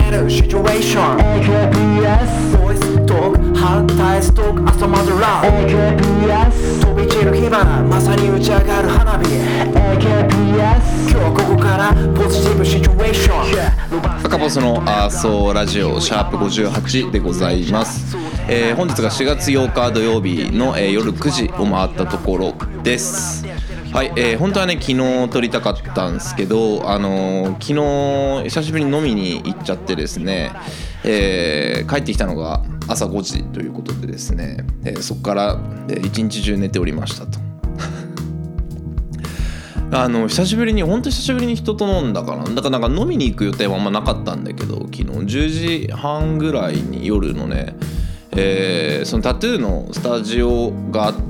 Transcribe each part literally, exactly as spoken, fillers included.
えるシチュエーションエーケーピーエスボイストークハータイストーク朝までラブエーケーピーエス飛び散る火花まさに打ち上がる花火エーケーピーエス今日ここからポジティブシチュエーション赤ボスのアーソーラジオシャープごじゅうはちでございます、えー、本日がしがつようか土曜日の、えー、夜くじを回ったところです。はい、えー、本当はね昨日撮りたかったんですけど、あのー、昨日久しぶりに飲みに行っちゃってですね、えー、帰ってきたのが朝ごじということでですね、えー、そこから、えー、一日中寝ておりましたとあの久しぶりに本当に久しぶりに人と飲んだかな。だからなんか飲みに行く予定はあんまなかったんだけど、昨日じゅうじはんぐらいに夜のね、えー、そのタトゥーのスタジオがあって、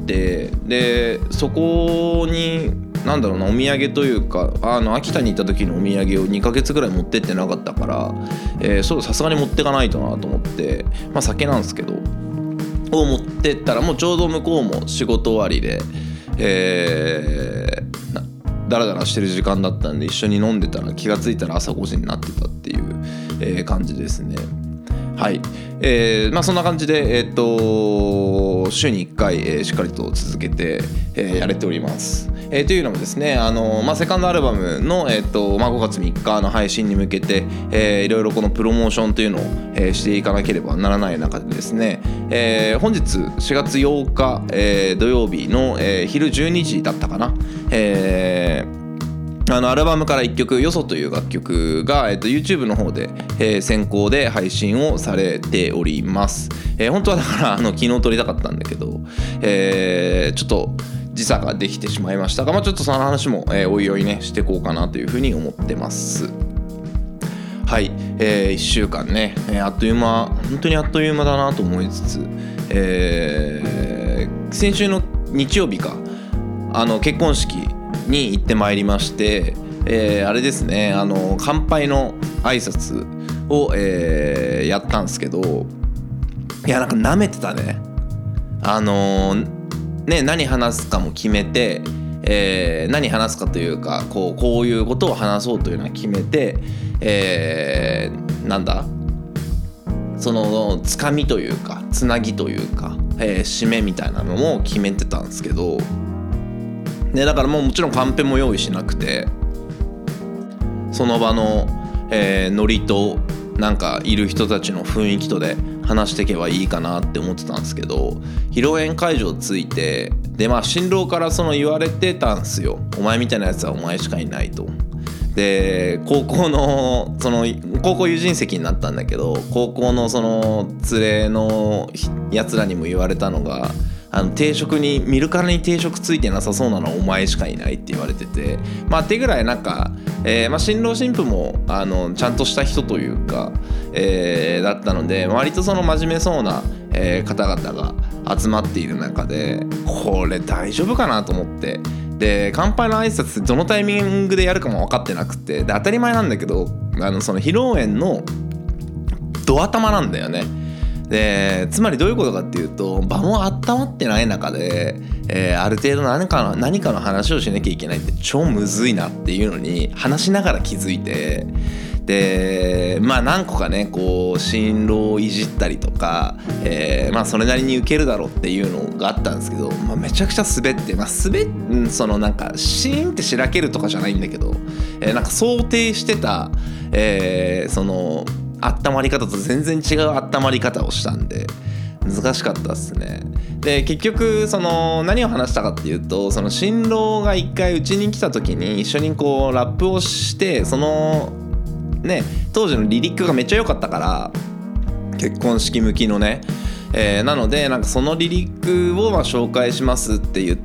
でそこになんだろうな、お土産というか、あの秋田に行った時のお土産をにかげつぐらい持ってってなかったから、えー、そうさすがに持ってかないとなと思って、まあ酒なんですけどを持ってったら、もうちょうど向こうも仕事終わりで、えー、なダラダラしてる時間だったんで一緒に飲んでたら気がついたら朝ごじになってたっていう、えー、感じですね。はい、えー、まあそんな感じで、えー、と週にいっかい、えー、しっかりと続けて、えー、やれております。えー、というのもですね、あのまあ、セカンドアルバムの、えーとまあ、ごがつみっかの配信に向けて、えー、いろいろこのプロモーションというのを、えー、していかなければならない中でですね、えー、本日しがつようか、えー、土曜日の、えー、昼じゅうにじだったかな、えーあのアルバムからいっきょくよそという楽曲が、えっと、YouTube の方で、えー、先行で配信をされております。えー、本当はだからあの昨日撮りたかったんだけど、えー、ちょっと時差ができてしまいましたが、まあ、ちょっとその話も、えー、おいおいねしていこうかなというふうに思ってます。はい、えー、いっしゅうかんね、えー、あっという間、本当にあっという間だなと思いつつ、えー、先週の日曜日か、あの結婚式に行ってまいりまして、えー、あれですね、あの乾杯の挨拶を、えー、やったんですけど、いやなんか舐めてたね。あのー、ね何話すかも決めて、えー、何話すかというかこうこういうことを話そうというのは決めて、えー、なんだそのつかみというかつなぎというか、えー、締めみたいなのも決めてたんですけど。ね、だからもうもちろんカンペも用意しなくて、その場の、えー、ノリとなんかいる人たちの雰囲気とで話していけばいいかなって思ってたんですけど、披露宴会場着いて、でまあ新郎からその言われてたんすよ。お前みたいなやつはお前しかいないと。で高校のその高校友人席になったんだけど、高校のその連れのやつらにも言われたのが、あの定食に見るからに定食ついてなさそうなのはお前しかいないって言われてて、まあってぐらいなんか、えーまあ、新郎新婦もあのちゃんとした人というか、えー、だったので割とその真面目そうな、えー、方々が集まっている中で、これ大丈夫かなと思って、で乾杯の挨拶ってどのタイミングでやるかも分かってなくて、で当たり前なんだけど、あのその披露宴のド頭なんだよね。でつまりどういうことかっていうと、場も温まってない中で、えー、ある程度何かの何かの話をしなきゃいけないって超むずいなっていうのに話しながら気づいて、でまあ何個かねこう新郎をいじったりとか、えー、まあそれなりにウケるだろうっていうのがあったんですけど、まあ、めちゃくちゃ滑って、まあ、滑っそのなんかシーンってしらけるとかじゃないんだけど、えー、なんか想定してた、えー、その温まり方と全然違う温まり方をしたんで難しかったですね。で結局その何を話したかっていうと、その新郎が一回うちに来た時に一緒にこうラップをして、そのね当時のリリックがめっちゃ良かったから、結婚式向きのね、えー、なのでなんかそのリリックをまあ紹介しますって言って、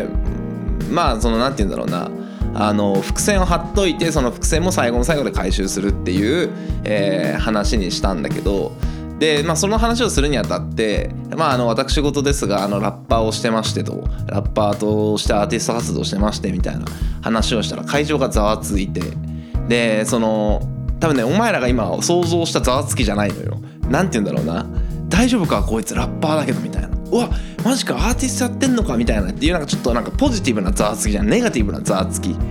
まあそのなんて言うんだろうな、あの伏線を貼っといて、その伏線も最後の最後で回収するっていう、えー、話にしたんだけど、で、まあ、その話をするにあたって、まあ、あの私事ですがあのラッパーをしてましてと、ラッパーとしてアーティスト活動してましてみたいな話をしたら会場がざわついて、でその多分ねお前らが今想像したざわつきじゃないのよ。なんて言うんだろうな、大丈夫かこいつラッパーだけどみたいな、うわマジかアーティストやってんのかみたいなっていう、なんかちょっとなんかポジティブなざわつきじゃん、ネガティブなざわつき、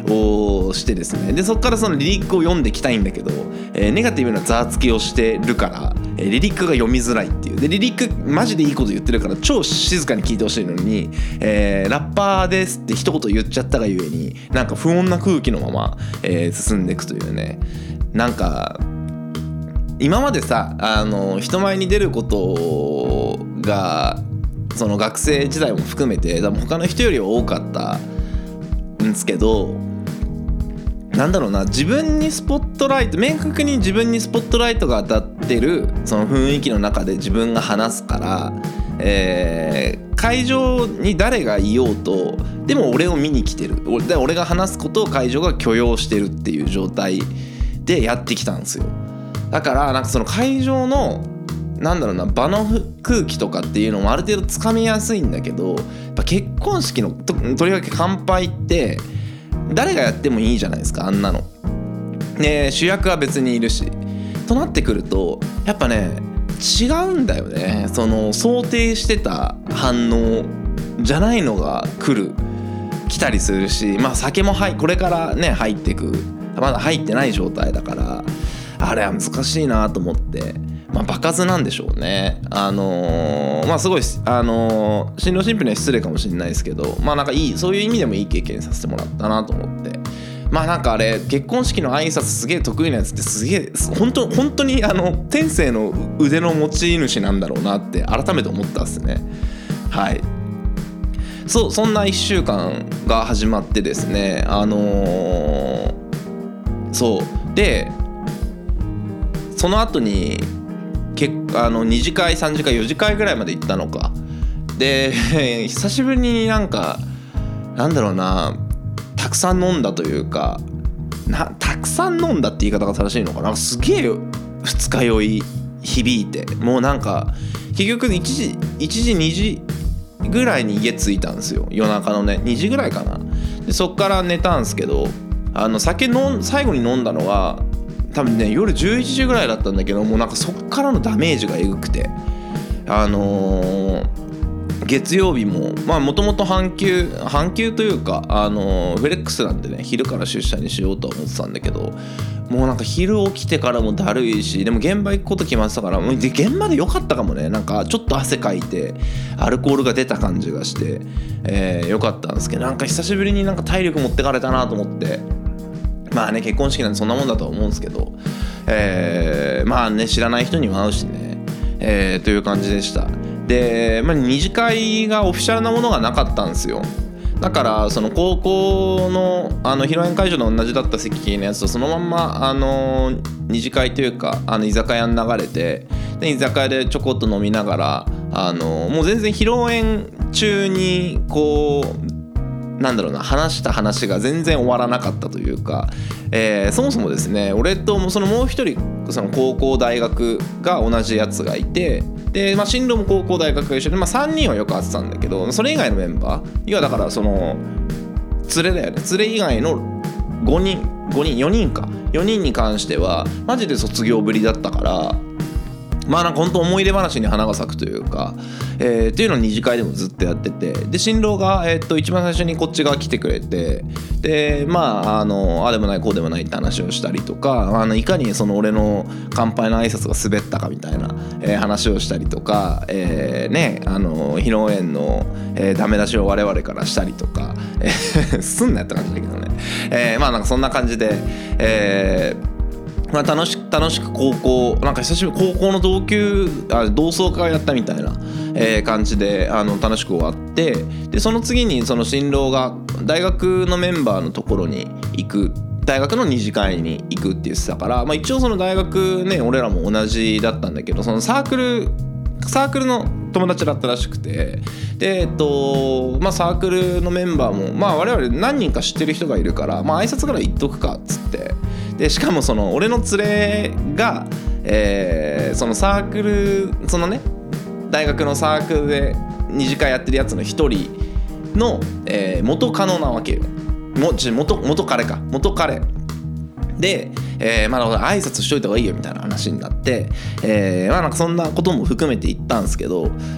をしてですね、でそこからそのリリックを読んでいきたいんだけど、えー、ネガティブなざわつきをしてるから、えー、リリックが読みづらいっていう。でリリックマジでいいこと言ってるから超静かに聞いてほしいのに、えー、ラッパーですって一言言っちゃったがゆえになんか不穏な空気のまま、えー、進んでいくというね。なんか今までさ、あの人前に出ることがその学生時代も含めて多分他の人よりは多かったんですけど、なんだろうな、自分にスポットライト、明確に自分にスポットライトが当たってるその雰囲気の中で自分が話すから、えー、会場に誰がいようとでも俺を見に来てる、で俺が話すことを会場が許容してるっていう状態でやってきたんですよ。だからなんかその会場のなんだろうな、場の空気とかっていうのもある程度つかみやすいんだけど、やっぱ結婚式の と, とりわけ乾杯って誰がやってもいいじゃないですか、あんなの。ね、主役は別にいるしとなってくるとやっぱね違うんだよね。その想定してた反応じゃないのが来る来たりするし、まあ酒もはいこれからね入ってく、まだ入ってない状態だからあれは難しいなと思って、まあ場数なんでしょうね。あのー、まあすごいあのー、新郎新婦には失礼かもしれないですけど、まあなんかいいそういう意味でもいい経験させてもらったなと思って、まあなんかあれ結婚式の挨拶すげえ得意なやつってすげえ本当本当にあの天性の腕の持ち主なんだろうなって改めて思ったっすね。はい。そうそんないっしゅうかんが始まってですね、あのー、そうでその後にけあのに次会さん次会よん次会ぐらいまで行ったのかで久しぶりになんかなんだろうな、たくさん飲んだというかな、たくさん飲んだって言い方が正しいのかな、すげえ二日酔い響いて、もうなんか結局いちじいちじにじぐらいに家着いたんですよ、夜中のねにじぐらいかな。でそっから寝たんですけど、あの酒飲ん最後に飲んだのは多分ね夜じゅういちじぐらいだったんだけど、もうなんかそっからのダメージがえぐくて、あのー、月曜日もまあもともと半休半休というか、あのー、フレックスなんでね昼から出社にしようとは思ってたんだけど、もうなんか昼起きてからもだるいし、でも現場行くこと決まってたから、もうで現場で良かったかもね。なんかちょっと汗かいてアルコールが出た感じがして、えー、良かったんですけど、なんか久しぶりになんか体力持ってかれたなと思って、まあね結婚式なんてそんなもんだとは思うんですけど、えー、まあね知らない人にも会うしね、えー、という感じでした。で、まあ、二次会がオフィシャルなものがなかったんですよ。だからその高校のあの披露宴会場の同じだった席のやつとそのまんまあの二次会というかあの居酒屋に流れて、で居酒屋でちょこっと飲みながらあのもう全然披露宴中にこうなんだろうな話した話が全然終わらなかったというか、えー、そもそもですね俺とそのもう一人その高校大学が同じやつがいて、で、まあ、新郎も高校大学が一緒で、まあ、さんにんはよく会ってたんだけど、それ以外のメンバー要はだからその連れだよね、連れ以外のごにんごにんよにんかよにんに関してはマジで卒業ぶりだったから、まあなんか本当思い出話に花が咲くというか、えー、っていうのを二次会でもずっとやってて、で新郎が、えー、っと一番最初にこっち側来てくれて、でまああのあでもないこうでもないって話をしたりとか、あのいかにその俺の乾杯の挨拶が滑ったかみたいな、えー、話をしたりとか、えー、ねあの披露宴の、えー、ダメ出しを我々からしたりとか、えー、すんなやった感じだけどね、えー、まあなんかそんな感じで、えーまあ、楽しく楽しく高校なんか久しぶり高校の同級あ同窓会やったみたいな、えー、感じであの楽しく終わって、でその次にその新郎が大学のメンバーのところに行く大学の二次会に行くって言ってたから、まあ、一応その大学ね俺らも同じだったんだけど、そのサークルサークルの友達だったらしくて、でえっとまあサークルのメンバーもまあ我々何人か知ってる人がいるから、まあ挨拶ぐらい言っとくかっつって、でしかもその俺の連れが、えー、そのサークルそのね大学のサークルで二次会やってるやつの一人の、えー、元カノなわけよ。もち元元彼か元彼で、えー、まあ挨拶しといた方がいいよみたいな話になって、えー、まあなんかそんなことも含めて言ったんですけど、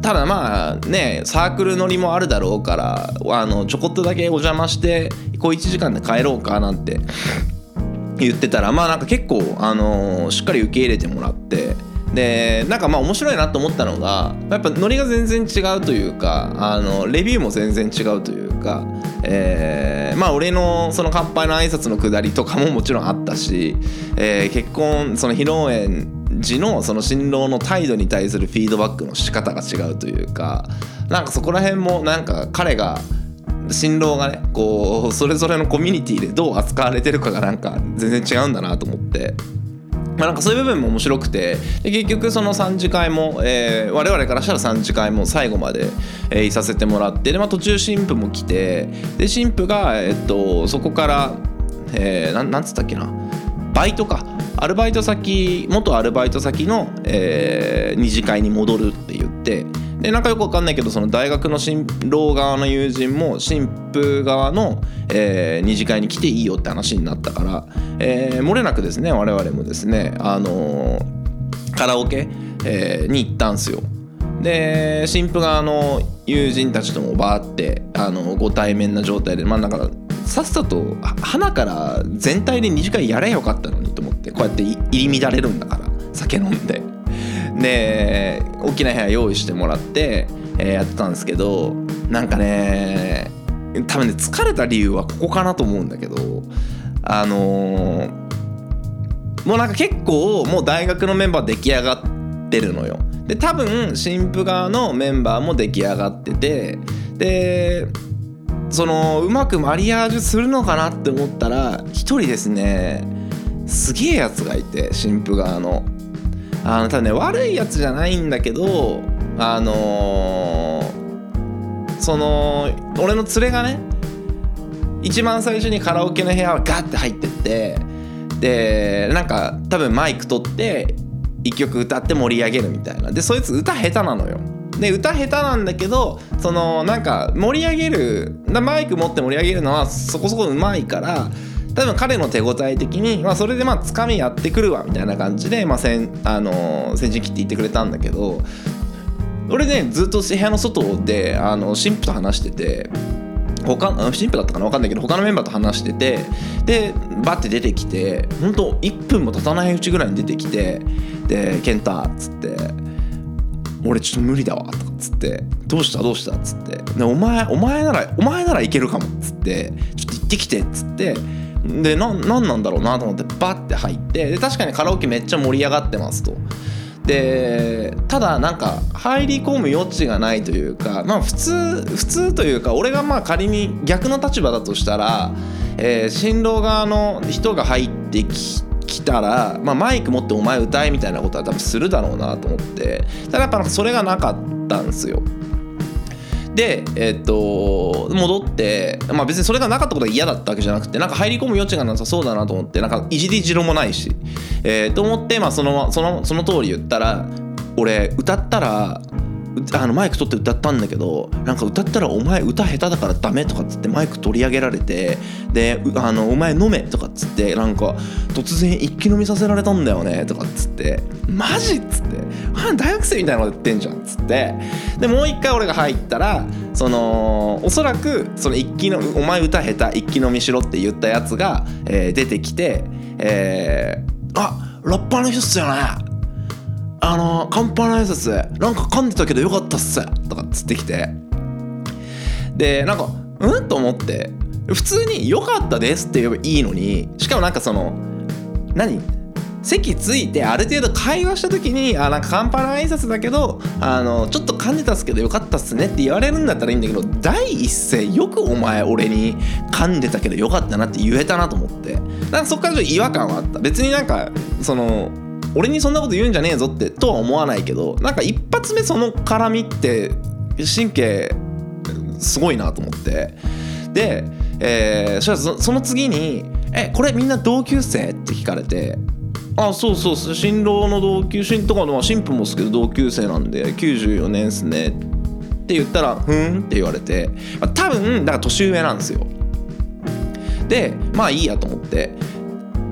ただまあねサークル乗りもあるだろうからあのちょこっとだけお邪魔して小いちじかんで帰ろうかなんて言ってたらまあなんか結構あのー、しっかり受け入れてもらってでなんかまあ面白いなと思ったのがやっぱノリが全然違うというかあのレビューも全然違うというか、えー、まあ俺のその乾杯の挨拶のくだりとかももちろんあったし、えー、結婚その披露宴時のその新郎の態度に対するフィードバックの仕方が違うというかなんかそこら辺もなんか彼が新郎がねこうそれぞれのコミュニティでどう扱われてるかがなんか全然違うんだなと思って。まあ、なんかそういう部分も面白くてで結局そのさん次会も、えー、我々からしたらさん次会も最後まで、えー、いさせてもらってで、まあ、途中新婦も来てで新婦が、えっと、そこから、えー、な, なんつったっけなバイトかアルバイト先元アルバイト先の、えー、二次会に戻るって言ってでなんかよくわかんないけどその大学の新郎側の友人も新婦側の、えー、二次会に来ていいよって話になったから、えー、漏れなくですね我々もですね、あのー、カラオケ、えー、に行ったんすよ。で新婦側の友人たちともバーってあのご対面な状態でまあなんかさっさと花から全体で二次会やればよかったのにと思ってこうやって入り乱れるんだから酒飲んでで大きな部屋用意してもらって、えー、やってたんですけどなんかね多分ね疲れた理由はここかなと思うんだけどあのー、もうなんか結構もう大学のメンバー出来上がってるのよ。で多分新婦側のメンバーも出来上がっててでそのうまくマリアージュするのかなって思ったら一人ですねすげえやつがいて新婦側のあの多分ね悪いやつじゃないんだけどあのー、その俺の連れがね一番最初にカラオケの部屋をガッて入ってってでなんか多分マイク取って一曲歌って盛り上げるみたいなでそいつ歌下手なのよ。で歌下手なんだけどそのなんか盛り上げるマイク持って盛り上げるのはそこそこうまいから多分彼の手応え的に、まあ、それでまあつかみやってくるわみたいな感じで、まあせんあのー、先陣切って言ってくれたんだけど俺ねずっと部屋の外であの新婦と話してて他新婦だったかな分かんないけど他のメンバーと話しててでバッて出てきてほんといっぷんも経たないうちぐらいに出てきてでケンタっつって俺ちょっと無理だわとかっつってどうしたどうしたっつってでお前お前ならお前ならいけるかもっつってちょっと行ってきてっつってでななんなんだろうなと思ってバッて入ってで確かにカラオケめっちゃ盛り上がってますと。でただなんか入り込む余地がないというかまあ普通普通というか俺がまあ仮に逆の立場だとしたら、えー、新郎側の人が入ってき来たら、まあ、マイク持ってお前歌えみたいなことは多分するだろうなと思ってただやっぱそれがなかったんですよ。でえー、っと戻って、まあ、別にそれがなかったことが嫌だったわけじゃなくてなんか入り込む余地がなさそうだなと思ってなんかいじりじろもないし、えー、と思って、まあ、そのそのその通り言ったら俺歌ったらあのマイク取って歌ったんだけどなんか歌ったらお前歌下手だからダメとかっつってマイク取り上げられてであのお前飲めとかっつってなんか突然一気飲みさせられたんだよねとかっつってマジっつってあ大学生みたいなこと言ってんじゃんっつってでもう一回俺が入ったらそのおそらくその一気のお前歌下手一気飲みしろって言ったやつが、えー、出てきて、えー、あラッパーの人っすよねあの乾杯の挨拶なんか噛んでたけどよかったっすとかっつってきてでなんかうんと思って普通によかったですって言えばいいのにしかもなんかその何席ついてある程度会話した時にあなんか乾杯の挨拶だけどあのちょっと噛んでたっすけどよかったっすねって言われるんだったらいいんだけど第一声よくお前俺に噛んでたけどよかったなって言えたなと思ってなんかそっからちょっと違和感はあった別になんかその俺にそんなこと言うんじゃねえぞってとは思わないけどなんか一発目その絡みって神経すごいなと思ってで、えー、そしたらその次に「えこれみんな同級生?」って聞かれて「あそうそう新郎の同級生とかの新婦もですけど同級生なんできゅうじゅうよねんっすね」って言ったら「ふーん」って言われて、まあ、多分だから年上なんですよ。でまあいいやと思って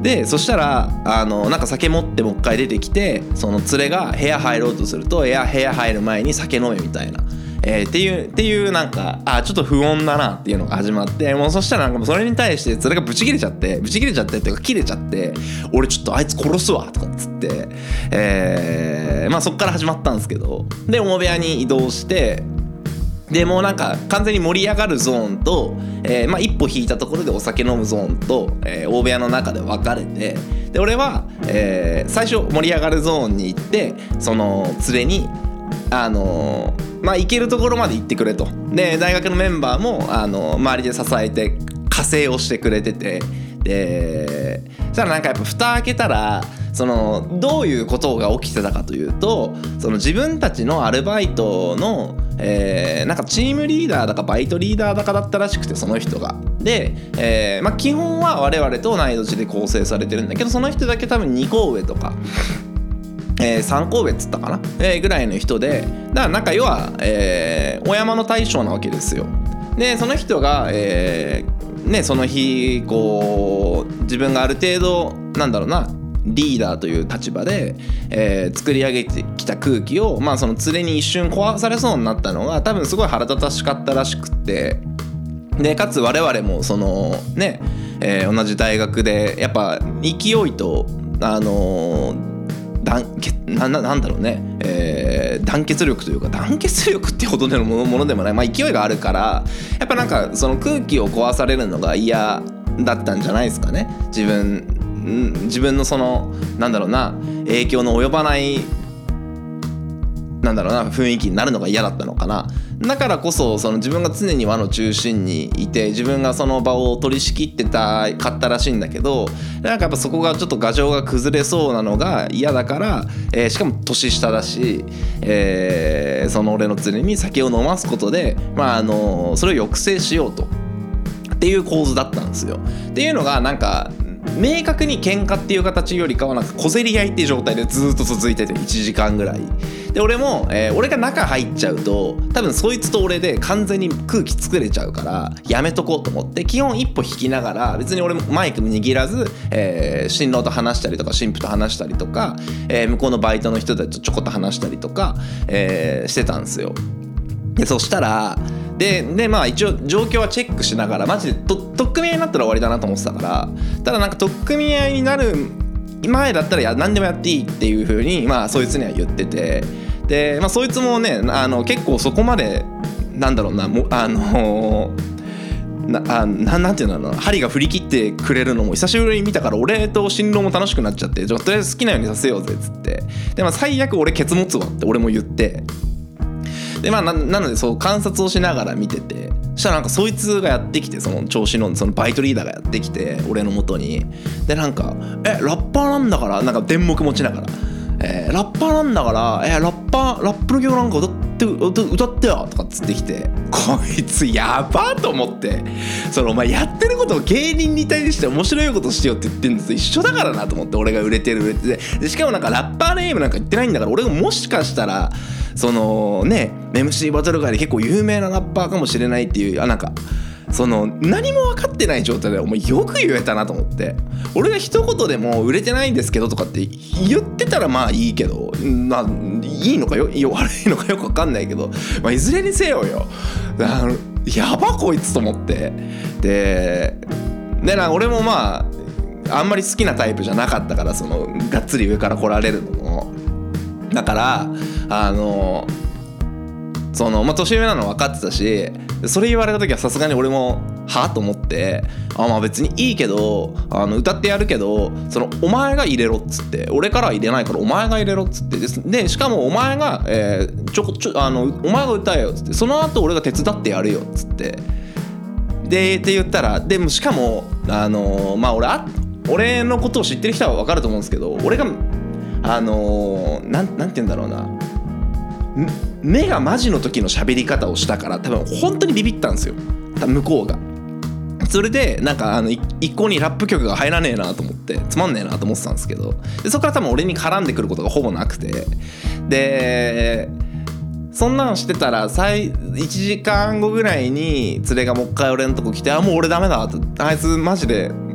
でそしたらあのなんか酒持ってもう一回出てきて、その連れが部屋入ろうとすると部屋部屋入る前に酒飲めみたいな、えー、っていうっていうなんかあちょっと不穏だなっていうのが始まって、もうそしたらなんかもうそれに対して連れがブチ切れちゃってブチ切れちゃってっていうか切れちゃって、俺ちょっとあいつ殺すわとかっつって、えー、まあそっから始まったんですけど、で大部屋に移動して、でもうなんか完全に盛り上がるゾーンと、えー、まあ一歩引いたところでお酒飲むゾーンと、えー、大部屋の中で分かれて、で俺は、えー、最初盛り上がるゾーンに行って、その連れにあのー、まあ行けるところまで行ってくれと。で大学のメンバーも、あのー、周りで支えて加勢をしてくれてて、でそしたらなんかやっぱ蓋開けたら、そのどういうことが起きてたかというと、その自分たちのアルバイトの、えー、なんかチームリーダーだかバイトリーダーだかだったらしくて、その人がで、えーまあ、基本は我々と同い年で構成されてるんだけど、その人だけ多分にこ上とか、えー、さんこ上っつったかな、えー、ぐらいの人で、だからなんか要は、えー、お山の大将なわけですよ。でその人が、えーね、その日こう自分がある程度なんだろうなリーダーという立場で、えー、作り上げてきた空気を、まあ、その連れに一瞬壊されそうになったのが多分すごい腹立たしかったらしくって、でかつ我々もそのね、えー、同じ大学でやっぱ勢いとあのー団結 な, な, なんだろうね、えー、団結力というか団結力ってほどのも の, ものでもない、まあ、勢いがあるからやっぱなんかその空気を壊されるのが嫌だったんじゃないですかね。自分自分のそのなんだろうな影響の及ばないなんだろうな雰囲気になるのが嫌だったのかな。だからこそその自分が常に輪の中心にいて自分がその場を取り仕切ってたかったらしいんだけど、なんかやっぱそこがちょっと牙城が崩れそうなのが嫌だから、えー、しかも年下だし、えー、その俺の連れに酒を飲ますことで、まああのそれを抑制しようとっていう構図だったんですよ。っていうのがなんか明確に喧嘩っていう形よりかはなんか小競り合いっていう状態でずっと続いてていちじかんぐらいで、俺も、えー、俺が中入っちゃうと多分そいつと俺で完全に空気作れちゃうからやめとこうと思って基本一歩引きながら、別に俺もマイクも握らず、えー、新郎と話したりとか新婦と話したりとか、えー、向こうのバイトの人たちとちょこっと話したりとか、えー、してたんですよ。でそしたらで, でまあ一応状況はチェックしながらマジでと取っ組み合いになったら終わりだなと思ってたから、ただなんか取っ組み合いになる前だったらや何でもやっていいっていう風にまあそいつには言ってて、でまあそいつもねあの結構そこまでなんだろうなもあのなあななんていうの針が振り切ってくれるのも久しぶりに見たから俺と新郎も楽しくなっちゃって、とりあえず好きなようにさせようぜっつって、でまあ最悪俺ケツ持つわって俺も言って。でまあ、な, なのでそう観察をしながら見てて、そしたらなんかそいつがやってきて、その調子のそのバイトリーダーがやってきて俺の元に、でなんかえラッパーなんだからなんか電目持ちながら、えー、ラッパーなんだからえー、ラッパーラップの曲なんか歌って歌ってよとかっつってきて、こいつやばと思って、そのお前やってることを芸人に対して面白いことしてよって言ってるんですよ、一緒だからなと思って、俺が売れてる売れてて、でしかもなんかラッパーネームなんか言ってないんだから、俺がもしかしたらそのね エムシー バトル界で結構有名なラッパーかもしれないっていう、あなんかその何も分かってない状態でお前よく言えたなと思って、俺が一言でも売れてないんですけどとかって言ってたらまあいいけど、ないいのかよ悪いのかよく分かんないけど、まあ、いずれにせよよあのやばこいつと思って、ででな俺もまああんまり好きなタイプじゃなかったから、そのがっつり上から来られるのもだからあのそのまあ年上なの分かってたし、それ言われた時はさすがに俺もはと思って、あまあ別にいいけどあの歌ってやるけどそのお前が入れろっつって、俺からは入れないからお前が入れろっつって、でしかもお前が、えー、ちょこちょあのお前が歌えよっつって、その後俺が手伝ってやるよっつってでって言ったら、でもしかもあのまあ俺あ俺のことを知ってる人は分かると思うんですけど、俺があのなんなんて言うんだろうな、目がマジの時の喋り方をしたから多分本当にビビったんですよ、多分向こうが。それでなんかあの一向にラップ曲が入らねえなと思ってつまんねえなと思ってたんですけど、でそこから多分俺に絡んでくることがほぼなくて、でそんなのしてたら最いちじかんごぐらいに連れがもう一回俺のとこ来て、あもう俺ダメだって、あいつマジで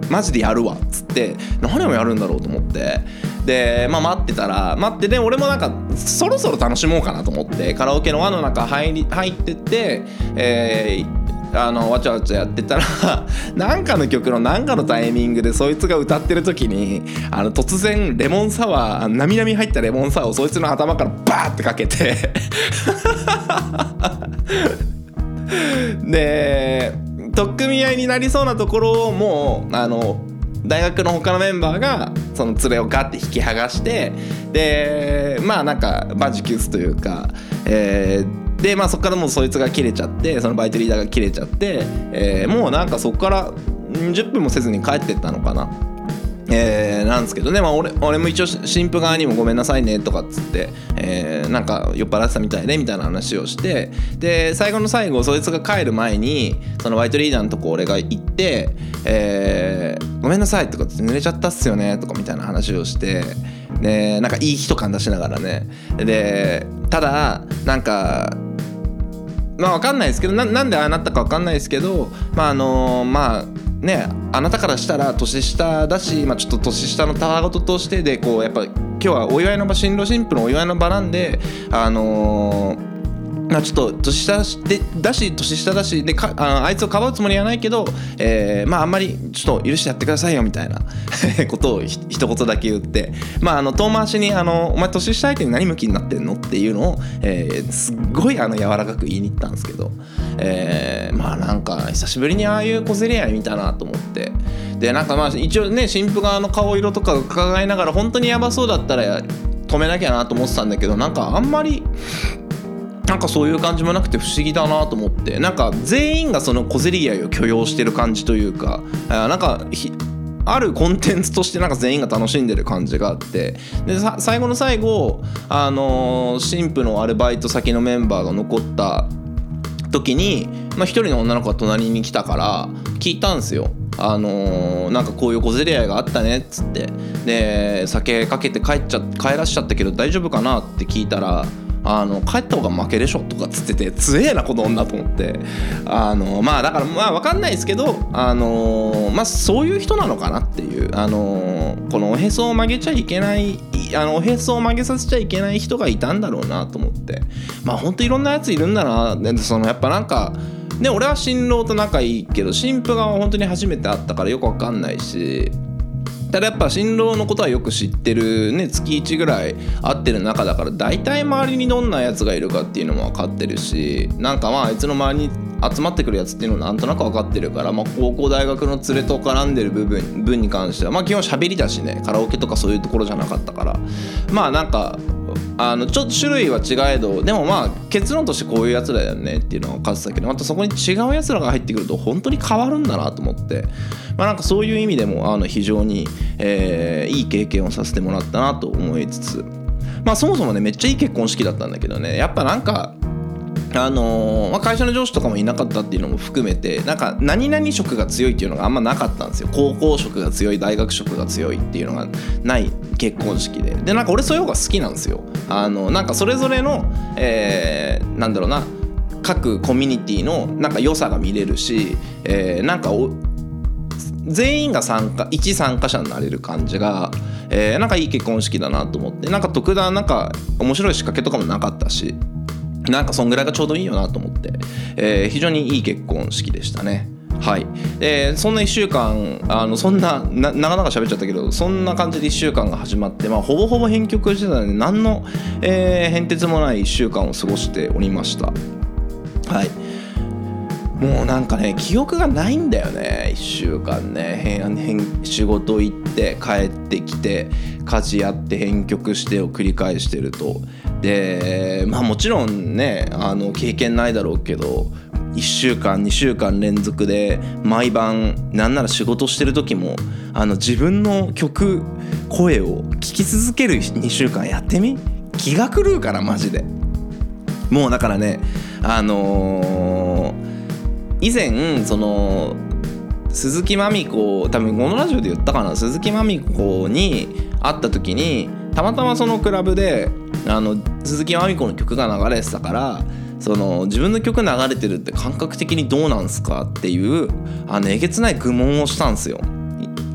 マジでやるわっつって何をやるんだろうと思って、で、まあ、待ってたら待ってで俺もなんかそろそろ楽しもうかなと思ってカラオケの輪の中入り入ってって、えーあのわちゃわちゃやってたらなんかの曲のなんかのタイミングでそいつが歌ってる時にあの突然レモンサワーなみなみ入ったレモンサワーをそいつの頭からバーってかけてで取っ組み合いになりそうなところをもうあの大学の他のメンバーがその連れをガッて引き剥がしてでまあなんかバジキュスというか、えーでまあそこからもうそいつが切れちゃってそのバイトリーダーが切れちゃって、えー、もうなんかそこからじゅっぷんもせずに帰ってったのかな、えー、なんですけどね、まあ、俺, 俺も一応新婦側にもごめんなさいねとかっつって、えー、なんか酔っ払ってたみたいねみたいな話をしてで最後の最後そいつが帰る前にそのバイトリーダーのとこ俺が行って、えー、ごめんなさいとかって濡れちゃったっすよねとかみたいな話をしてでなんかいい人感出しながらねでただなんかまあ分かんないですけど な, なんでああなったか分かんないですけどまああのまあねあなたからしたら年下だし、まあ、ちょっと年下のたわごととしてでこうやっぱ今日はお祝いの場新郎新婦のお祝いの場なんであのーまあ、ちょっと年下でだし年下だしでか あ, あいつをかばうつもりはないけど、えー、まああんまりちょっと許してやってくださいよみたいなことをひ一言だけ言ってまああの遠回しにあのお前年下相手に何向きになってんのっていうのを、えー、すっごいあの柔らかく言いに行ったんですけど、えー、まあなんか久しぶりにああいう小競り合い見たなと思ってでなんかまあ一応ね新婦側の顔色とか伺いながら本当にヤバそうだったら止めなきゃなと思ってたんだけどなんかあんまりなんかそういう感じもなくて不思議だなと思ってなんか全員がその小競り合いを許容してる感じというかなんかあるコンテンツとしてなんか全員が楽しんでる感じがあってで最後の最後あのー、新婦のアルバイト先のメンバーが残った時にまあ一人の女の子が隣に来たから聞いたんですよ。あのー、なんかこういう小競り合いがあったねっつってで酒かけて帰っちゃ帰らしちゃったけど大丈夫かなって聞いたらあの帰った方が負けでしょとかっつってて強えなこの女と思ってあのまあだからまあ分かんないですけどあのまあそういう人なのかなっていうあのこのおへそを曲げちゃいけないあのおへそを曲げさせちゃいけない人がいたんだろうなと思ってまあほんといろんなやついるんだなでそのやっぱなんかね俺は新郎と仲いいけど新婦が本当に初めて会ったからよく分かんないしただやっぱ新郎のことはよく知ってるね月いちぐらい会ってる中だから大体周りにどんなやつがいるかっていうのも分かってるしなんかまああいつの周りに集まってくるやつっていうのもなんとなく分かってるから、まあ、高校大学の連れと絡んでる部分分に関してはまあ基本喋りだしねカラオケとかそういうところじゃなかったからまあなんかあのちょっと種類は違えどでもまあ結論としてこういうやつらだよねっていうのは分かってたけどまたそこに違うやつらが入ってくると本当に変わるんだなと思ってまあなんかそういう意味でもあの非常に、えー、いい経験をさせてもらったなと思いつつまあそもそもねめっちゃいい結婚式だったんだけどねやっぱなんかあのーまあ、会社の上司とかもいなかったっていうのも含めてなんか何々色が強いっていうのがあんまなかったんですよ高校色が強い大学色が強いっていうのがない結婚式ででなんか俺そういう方が好きなんですよあのなんかそれぞれの、えー、なんだろうな各コミュニティのなんか良さが見れるし、えー、なんかお全員が参加一参加者になれる感じが、えー、なんかいい結婚式だなと思ってなんか特段なんか面白い仕掛けとかもなかったしなんかそんぐらいがちょうどいいよなと思って、えー、非常にいい結婚式でしたね。はい。でそんないっしゅうかんあのそんなな長々喋っちゃったけどそんな感じでいっしゅうかんが始まって、まあ、ほぼほぼ編曲してたので何の、えー、変哲もないいっしゅうかんを過ごしておりました。はい。もうなんかね記憶がないんだよねいっしゅうかんね変変仕事行って帰ってきて家事やって編曲してを繰り返してるとでまあもちろんねあの経験ないだろうけどいっしゅうかんにしゅうかん連続で毎晩なんなら仕事してる時もあの自分の曲声を聞き続けるにしゅうかんやってみ気が狂うからマジでもうだからねあのー以前その鈴木まみ子多分このラジオで言ったかな鈴木まみ子に会った時にたまたまそのクラブであの鈴木まみ子の曲が流れてたからその自分の曲流れてるって感覚的にどうなんすかっていうあのえげつない愚問をしたんですよ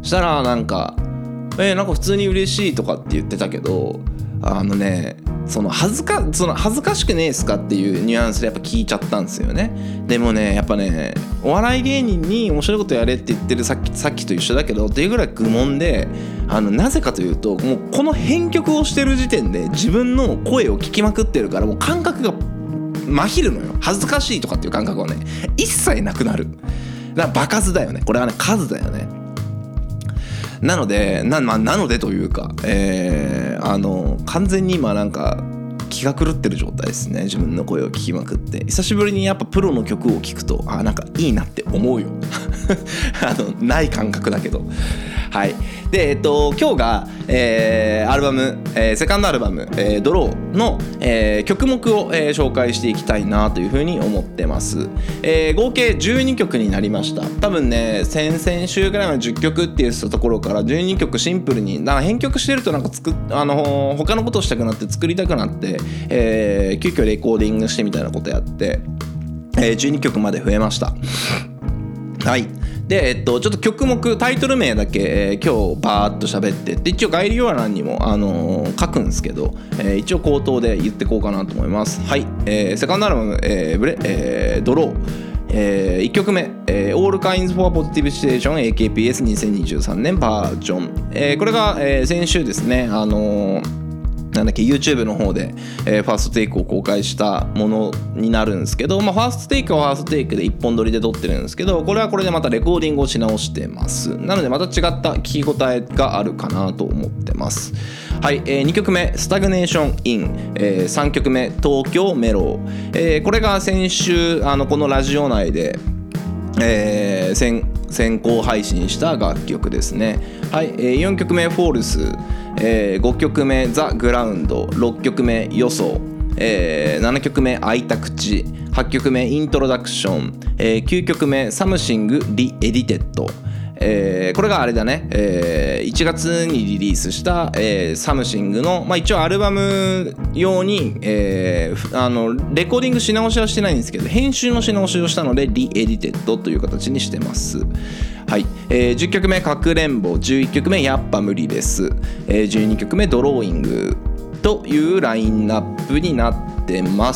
したらなんかえー、なんか普通に嬉しいとかって言ってたけど、あのねその恥ずかその恥ずかしくねえっすかっていうニュアンスでやっぱ聞いちゃったんですよね。でもねやっぱねお笑い芸人に面白いことやれって言ってるさっきさっきと一緒だけどっていうぐらい愚問で、あのなぜかというともうこの編曲をしてる時点で自分の声を聞きまくってるからもう感覚がまひるのよ。恥ずかしいとかっていう感覚はね一切なくなる。だから場数だよね、これはね数だよね。なので な,、まあ、なのでというか、えー、あの完全に今なんか気が狂ってる状態ですね。自分の声を聞きまくって久しぶりにやっぱプロの曲を聴くとあなんかいいなって思うよあのない感覚だけど。はいでえっと今日が、えー、アルバム、えー、セカンドアルバム、えー、ドローの、えー、曲目を、えー、紹介していきたいなというふうに思ってます、えー、合計じゅうにきょくになりました。多分ね先々週ぐらいまでじゅっきょくって言ってたところからじゅうにきょくシンプルになんか編曲してるとなんかつくあのー、他のことをしたくなって作りたくなって、えー、急遽レコーディングしてみたいなことやって、えー、じゅうにきょくまで増えました。はいで、えっと、ちょっと曲目タイトル名だけ、えー、今日バーっと喋ってって一応概要欄にも、あのー、書くんですけど、えー、一応口頭で言ってこうかなと思います。はい、えー、セカンドアルバム、えーブレえー、ドロー、えー、いっきょくめ、えー、All Kinds for Positive Station エーケーピーエスにせんにじゅうさんねんバージョン、えー、これが、えー、先週ですね、あのーなんだっけ YouTube の方で、えー、ファーストテイクを公開したものになるんですけど、まあ、ファーストテイクはファーストテイクで一本撮りで撮ってるんですけど、これはこれでまたレコーディングをし直してます。なのでまた違った聞き応えがあるかなと思ってます。はい、えー、にきょくめスタグネーションイン、えー、さんきょくめ東京メロー、えー、これが先週あのこのラジオ内で、えー、先先行配信した楽曲ですね。はい、えー、よんきょくめフォールス、えー、ごきょくめザ・グラウンド、ろっきょくめ予想、えー、ななきょくめ開いた口、はっきょくめイントロダクション、えー、きゅうきょくめサムシングリエディテッド、えー、これがあれだね、えー、いちがつにリリースした、えー、サムシングの、まあ、一応アルバム用に、えー、あのレコーディングし直しはしてないんですけど編集のし直しをしたのでリエディテッドという形にしてます。はい、えー、じゅっきょくめかくれんぼ、じゅういっきょくめやっぱ無理です、えー、じゅうにきょくめドローイングというラインナップになってます。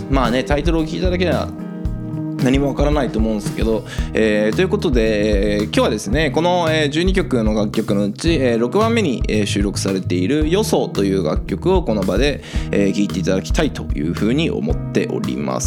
まあねタイトルを聞いただけでは何もわからないと思うんですけど、えー、ということで、えー、今日はですねこの、えー、じゅうにきょくの楽曲のうち、えー、ろくばんめに、えー、収録されている予想という楽曲をこの場で、えー、聴いていただきたいというふうに思っております、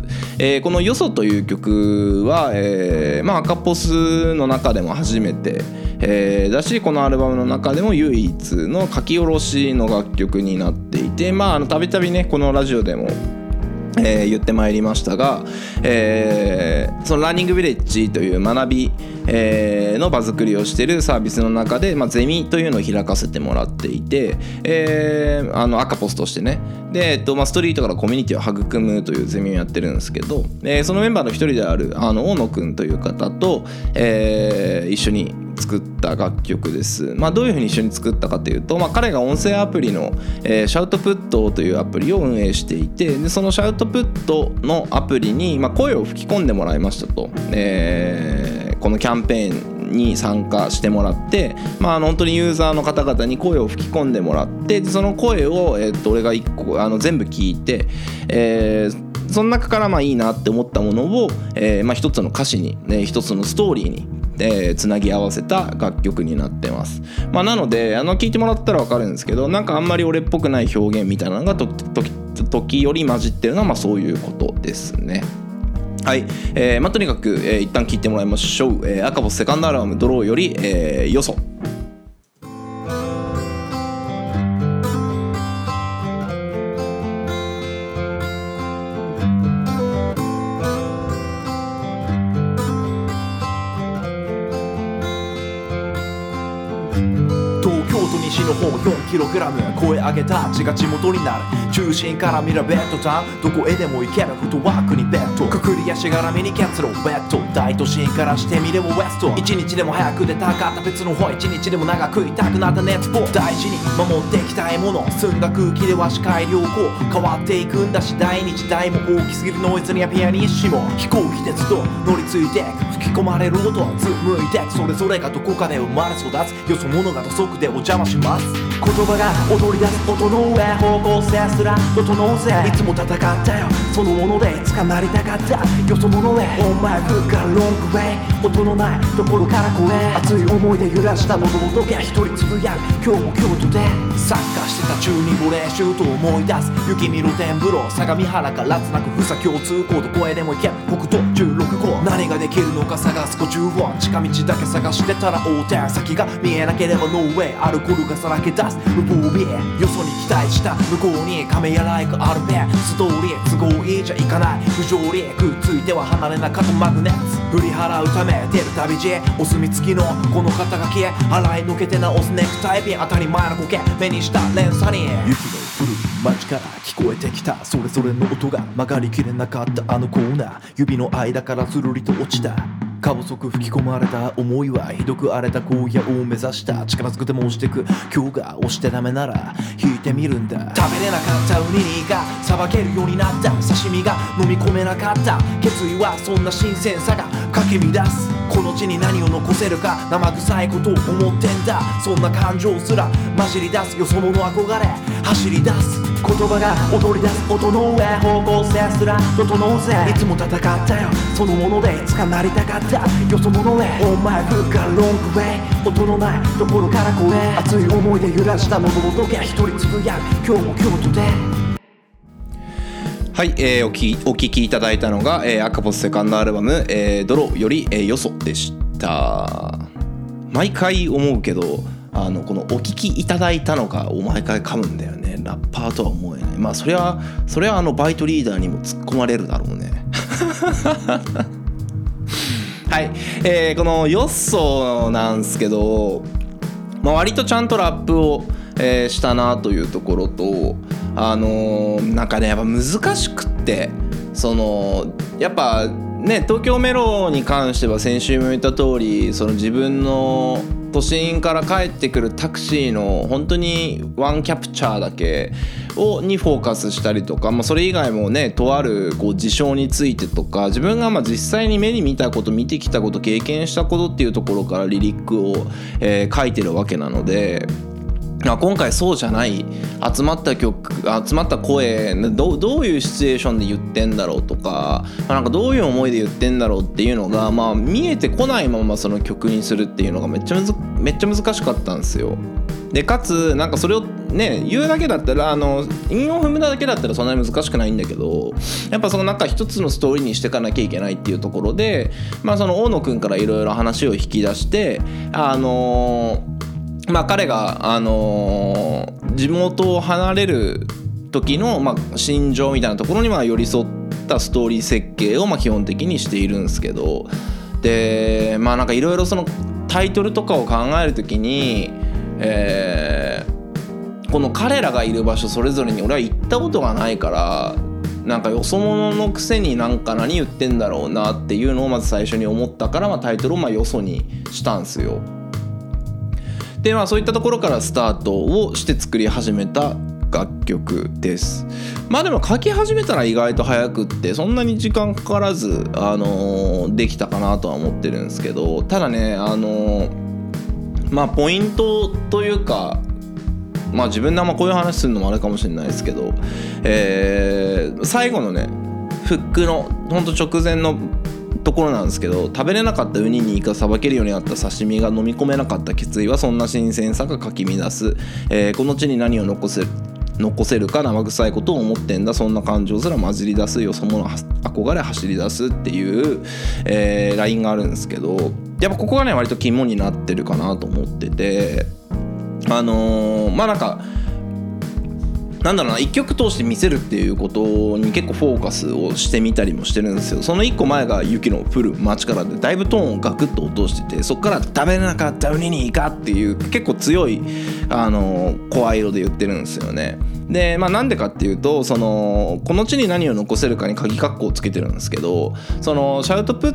えー、この予想という曲は、えーまあ、赤ポスの中でも初めて、えー、だしこのアルバムの中でも唯一の書き下ろしの楽曲になっていて、まあたびたびねこのラジオでもえー、言ってまいりましたが、えー、そのラーニングビレッジという学び、えー、の場作りをしているサービスの中で、まあ、ゼミというのを開かせてもらっていて、えー、あの赤ポスとしてねで、えっとまあ、ストリートからコミュニティを育むというゼミをやってるんですけど、えー、そのメンバーの一人であるあの大野くんという方と、えー、一緒に作った楽曲です。まあ、どういうふうに一緒に作ったかというと、まあ、彼が音声アプリの、えー、シャウトプットというアプリを運営していてでそのシャウトプットのアプリに、まあ、声を吹き込んでもらいましたと、えー、このキャンペーンに参加してもらって、まあ、あの本当にユーザーの方々に声を吹き込んでもらってでその声を、えー、っと俺が一個あの全部聞いて、えー、その中からまあいいなって思ったものを、えーまあ、一つの歌詞に、ね、一つのストーリーにえー、つなぎ合わせた楽曲になってます。まあ、なのであの聞いてもらったら分かるんですけどなんかあんまり俺っぽくない表現みたいなのがとと時折混じってるのはまあそういうことですね。はい、えーまあ、とにかく、えー、一旦聞いてもらいましょう、えー、赤星セカンドアルバムドローより、えー、よその方 よんキログラム 声上げた血が地元になる中心から見るベッドタウンどこへでも行けるフットワークにベッドくくり足がらみに結露ベッド大都心からしてみればウエスと一日でも早く出たかった別の方一日でも長くいたくなった熱望大事に守っていきたいもの澄んだ空気では視界良好変わっていくんだし第二次代も大きすぎるノイズにはピアニッシモ飛行機鉄道乗り継いで吹き込まれる音は紡いでそれぞれがどこかで生まれ育つよそ者が土足でお邪魔します言葉が踊り出す音の上方向性すら整うぜいつも戦ったよそのものでいつかなりたかったよそ者へお前風からロングウェイ音のないところからこれ熱い思いで揺らした喉の時計一人つぶやく今日も京都でサッカーしてた中にボレーシュートを思い出す雪見露天風呂相模原からつなくふさ共通コード越えでも行け国道じゅうろく号何ができるのか探すごじゅう音近道だけ探してたら横転先が見えなければノーウェイアルコールがさらけ出す無防備よそに期待した向こうに亀やライクアルペンストーリー都合いいじゃいかない不条理くっついては離れなかったマグネッツ振り払うため出る旅路お墨付きのこの肩書き払いのけて直すネクタイピン当たり前のコケ目にした連鎖に雪の降る街から聞こえてきたそれぞれの音が曲がりきれなかったあのコーナー指の間からスルリと落ちた過細く吹き込まれた思いはひどく荒れた荒野を目指した力ずくでも押してく今日が押してダメなら引いてみるんだ食べれなかったウニニがさばけるようになった刺身が飲み込めなかった決意はそんな新鮮さがかき乱すこの地に何を残せるか生臭いことを思ってんだそんな感情すら混じり出すよそ者の憧れ走り出す言葉が踊り出す音の上方向性すら整うぜいつも戦ったよそのものでいつかなりたかったよそ者へお前風からロングウェイ音のないところからこれ熱い思いで揺らした喉の時計一人つぶやく今日も京都ではい、えー、おきお聞きいただいたのが、えー、アカポスセカンドアルバム、えー、ドロより、えー、よそでした。毎回思うけどあのこのお聞きいただいたのかを毎回噛むんだよね。ラッパーとは思えない。まあそれはそれはあのバイトリーダーにも突っ込まれるだろうねはい、えー、このよそなんですけど、まあ、割とちゃんとラップを、えー、したなというところとあのー、なんかねやっぱ難しくってそのやっぱね東京メロに関しては先週も言った通りその自分の都心から帰ってくるタクシーの本当にワンキャプチャーだけをにフォーカスしたりとか、まあ、それ以外もねとあるこう事象についてとか自分がまあ実際に目に見たこと見てきたこと経験したことっていうところからリリックを、えー、書いてるわけなので今回そうじゃない集まった曲集まった声 ど, どういうシチュエーションで言ってんだろうとか、まあ、なんかどういう思いで言ってんだろうっていうのが、まあ、見えてこないままその曲にするっていうのがめっちゃむずめっちゃ難しかったんですよ。でかつなんかそれをね言うだけだったらあの韻を踏むだけだったらそんなに難しくないんだけどやっぱそのなんか一つのストーリーにしていかなきゃいけないっていうところで、まあ、その大野くんからいろいろ話を引き出してあのーまあ、彼が、あのー、地元を離れる時の、まあ、心情みたいなところにまあ寄り添ったストーリー設計をまあ基本的にしているんですけどでまあなんかいろいろそのタイトルとかを考える時に、えー、この彼らがいる場所それぞれに俺は行ったことがないからなんかよそ者のくせになんか何言ってんだろうなっていうのをまず最初に思ったから、まあ、タイトルをまあよそにしたんですよ。でまあそういったところからスタートをして作り始めた楽曲です。まあでも書き始めたら意外と早くってそんなに時間かからず、あのー、できたかなとは思ってるんですけどただねあのー、まあポイントというかまあ自分であんまこういう話するのもあれかもしれないですけど、えー、最後のねフックのほんと直前のところなんですけど食べれなかったウニにイカさばけるようになった刺身が飲み込めなかった決意はそんな新鮮さがかき乱す、えー、この地に何を残せる残せるか生臭いことを思ってんだそんな感情すら混じり出すよその憧れ走り出すっていう、えー、ラインがあるんですけどやっぱここがね割と肝になってるかなと思っててあのー、まあなんかなんだろうな一曲通して見せるっていうことに結構フォーカスをしてみたりもしてるんですよ。その一個前が雪の降る街からでだいぶトーンをガクッと落としててそこから食べれなかったウニにイカっていう結構強いあの声色で言ってるんですよね。でまあなんでかっていうとそのこの地に何を残せるかに鍵括弧をつけてるんですけどそのシャウトプッ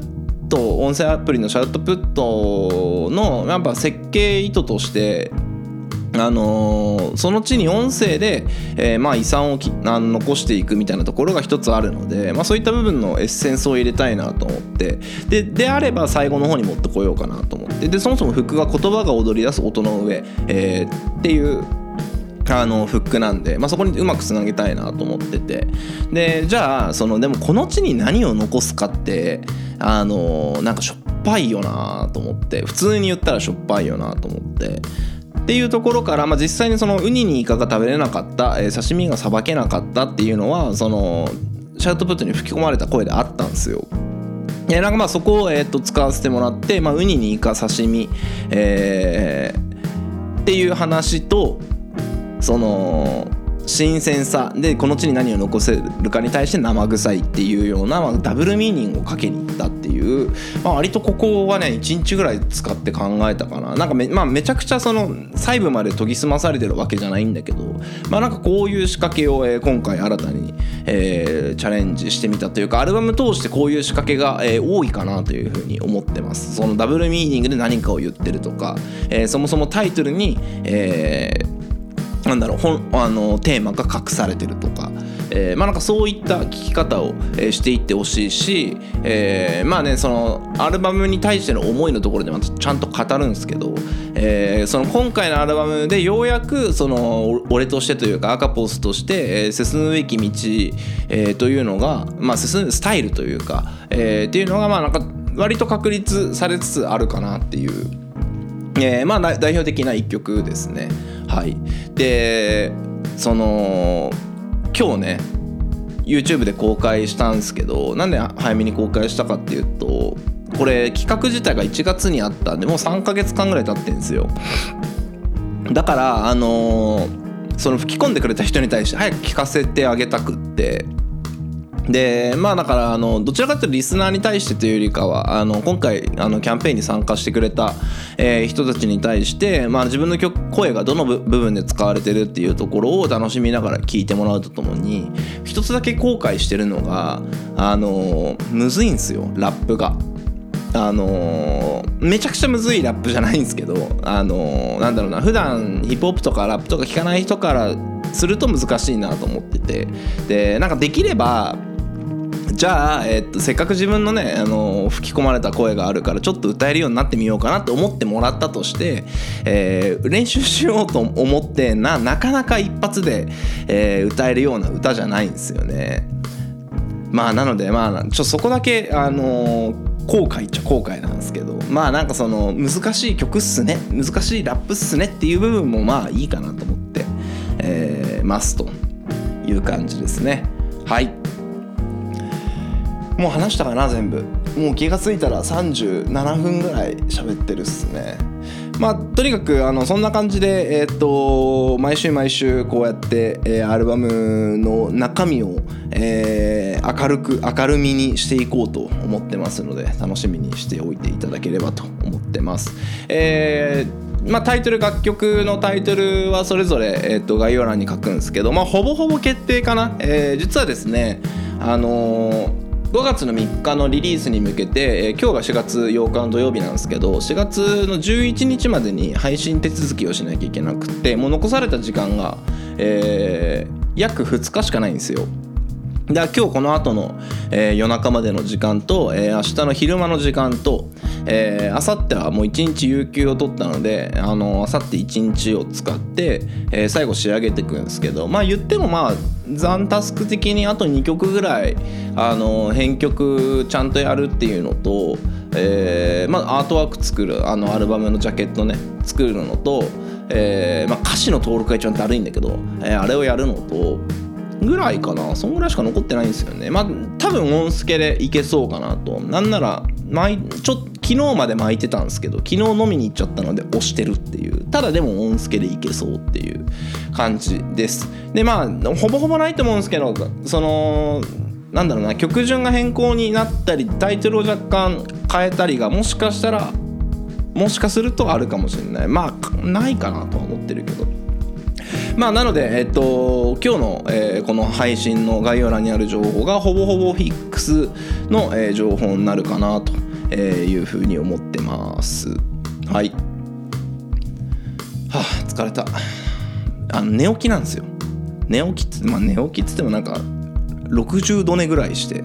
ット、音声アプリのシャウトプットのやっぱ設計意図としてあのー、その地に音声で、えー、まあ遺産をきあの残していくみたいなところが一つあるので、まあ、そういった部分のエッセンスを入れたいなと思って、で、であれば最後の方に持ってこようかなと思って、でそもそもフックが言葉が踊り出す音の上、えー、っていうあのフックなんで、まあ、そこにうまくつなげたいなと思ってて、でじゃあそのでもこの地に何を残すかってあのなんかしょっぱいよなと思って、普通に言ったらしょっぱいよなと思ってっていうところから、まあ、実際にそのウニにイカが食べれなかった、えー、刺身がさばけなかったっていうのはそのシャウトプットに吹き込まれた声であったんですよ。でなんかまあそこを、えー、と使わせてもらって、まあ、ウニにイカ刺身、えー、っていう話とその新鮮さでこの地に何を残せるかに対して生臭いっていうような、まあ、ダブルミーニングをかけにいったっていう、まあ、割とここはねいちにちぐらい使って考えたかな。なんか め,、まあ、めちゃくちゃその細部まで研ぎ澄まされてるわけじゃないんだけど、まあなんかこういう仕掛けを、えー、今回新たに、えー、チャレンジしてみたというか、アルバム通してこういう仕掛けが、えー、多いかなというふうに思ってます。そのダブルミーニングで何かを言ってるとか、えー、そもそもタイトルに、えーなんだろう本あのテーマが隠されてるとか、えー、まあなんかそういった聞き方を、えー、していってほしいし、えー、まあねそのアルバムに対しての思いのところでまたちゃんと語るんですけど、えー、その今回のアルバムでようやくその俺としてというかアカポスとして、えー、進むべき道、えー、というのがまあ進むスタイルというか、えー、っていうのがまあなんか割と確立されつつあるかなっていう。えー、まあ代表的な一曲ですね。はい。でその今日ね YouTube で公開したんですけど、なんで早めに公開したかっていうと、これ企画自体がいちがつにあったんでもうさんかげつかんぐらい経ってるんですよ。だからあのー、その吹き込んでくれた人に対して早く聞かせてあげたくって、でまあだからあのどちらかというとリスナーに対してというよりかはあの今回あのキャンペーンに参加してくれた、えー、人たちに対して、まあ、自分の曲声がどの部分で使われてるっていうところを楽しみながら聴いてもらうとともに、一つだけ後悔してるのがあのむずいんですよラップが。あのー、めちゃくちゃむずいラップじゃないんですけど、あのー、なんだろうな普段ヒップホップとかラップとか聞かない人からすると難しいなと思ってて、でなんかできればじゃあ、えー、っとせっかく自分のね、あのー、吹き込まれた声があるからちょっと歌えるようになってみようかなって思ってもらったとして、えー、練習しようと思ってななかなか一発で、えー、歌えるような歌じゃないんですよね。まあなのでまあちょそこだけあのー後悔っちゃ後悔なんですけど、まあなんかその難しい曲っすね難しいラップっすねっていう部分もまあいいかなと思って、えー、ますという感じですね。はい、もう話したかな全部。もう気がついたらさんじゅうななふんぐらい喋ってるっすね。まあとにかくあのそんな感じで、えー、っと毎週毎週こうやって、えー、アルバムの中身を、えー、明るく明るみにしていこうと思ってますので、楽しみにしておいていただければと思ってます。えーまあ、タイトル楽曲のタイトルはそれぞれ、えー、と概要欄に書くんですけど、まあ、ほぼほぼ決定かな。えー、実はですねあのーごがつのみっかのリリースに向けて、えー、今日がしがつようかの土曜日なんですけど、しがつのじゅういちにちまでに配信手続きをしなきゃいけなくて、もう残された時間が、えー、約ふつかしかないんですよ。で今日この後の、えー、夜中までの時間と、えー、明日の昼間の時間と、えー、明後日はもういちにち有給を取ったので、あの明後日いちにちを使って、えー、最後仕上げていくんですけど、まあ言ってもまあザンタスク的にあとにきょくぐらいあの編曲ちゃんとやるっていうのと、えーまあ、アートワーク作るあのアルバムのジャケットね作るのと、えーまあ、歌詞の登録が一番だるいんだけど、えー、あれをやるのとぐらいかな。そんぐらいしか残ってないんですよね。まあ多分音スケでいけそうかなと。なんなら巻ちょ昨日まで巻いてたんですけど、昨日飲みに行っちゃったので押してるっていう。ただでも音スケでいけそうっていう感じです。でまあほぼほぼないと思うんですけど、そのなんだろうな曲順が変更になったりタイトルを若干変えたりがもしかしたらもしかするとあるかもしれない。まあないかなとは思ってるけど。まあなので、えっと、今日の、えー、この配信の概要欄にある情報がほぼほぼフィックスの、えー、情報になるかなとえー、いうふうに思ってます。はい。はあ、疲れた。あの寝起きなんですよ。寝起きって、まあ寝起きっつってもなんかろくじゅうど寝ぐらいして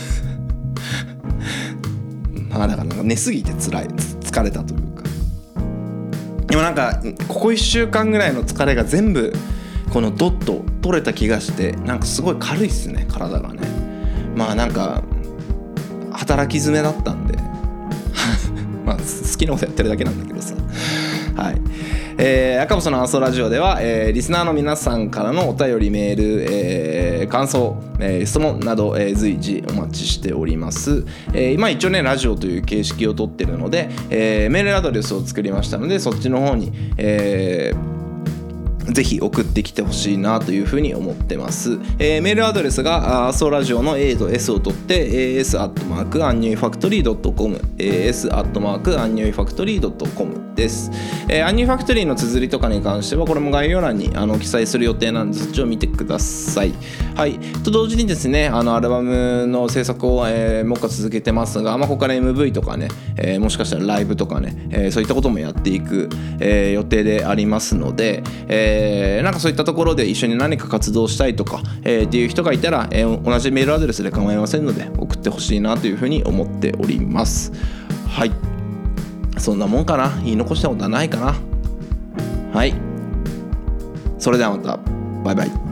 まあだからなんか寝すぎて辛い、疲れたというか。でもなんかここいっしゅうかんぐらいの疲れが全部このドッと取れた気がして、なんかすごい軽いっすね、体がね。まあなんか働き詰めだったんでまあ好きなことやってるだけなんだけどさ。はい。えー、赤星のアソラジオでは、えー、リスナーの皆さんからのお便り、メール、えー、感想、えー、質問など、えー、随時お待ちしております。えー、今一応ねラジオという形式をとってるので、えー、メールアドレスを作りましたので、そっちの方に、えーぜひ送ってきてほしいなというふうに思ってます。えー、メールアドレスがアソラジオの A と S を取って エーエス アットマーク アンニョイファクトリー ドット コム エーエス アットマーク アンニョイファクトリー ドット コム です。えー、アンニョイファクトリーの綴りとかに関してはこれも概要欄にあの記載する予定なので、そっちを見てください。はい。と同時にですね、あのアルバムの制作を、えー、もう一回続けてますが、まあ、ここから エムブイ とかね、えー、もしかしたらライブとかね、えー、そういったこともやっていく、えー、予定でありますので、えー、なんかそういったところで一緒に何か活動したいとか、えー、っていう人がいたら、えー、同じメールアドレスで構いませんので送ってほしいなというふうに思っております。はい。そんなもんかな。言い残したことはないかな。はい。それではまた。バイバイ。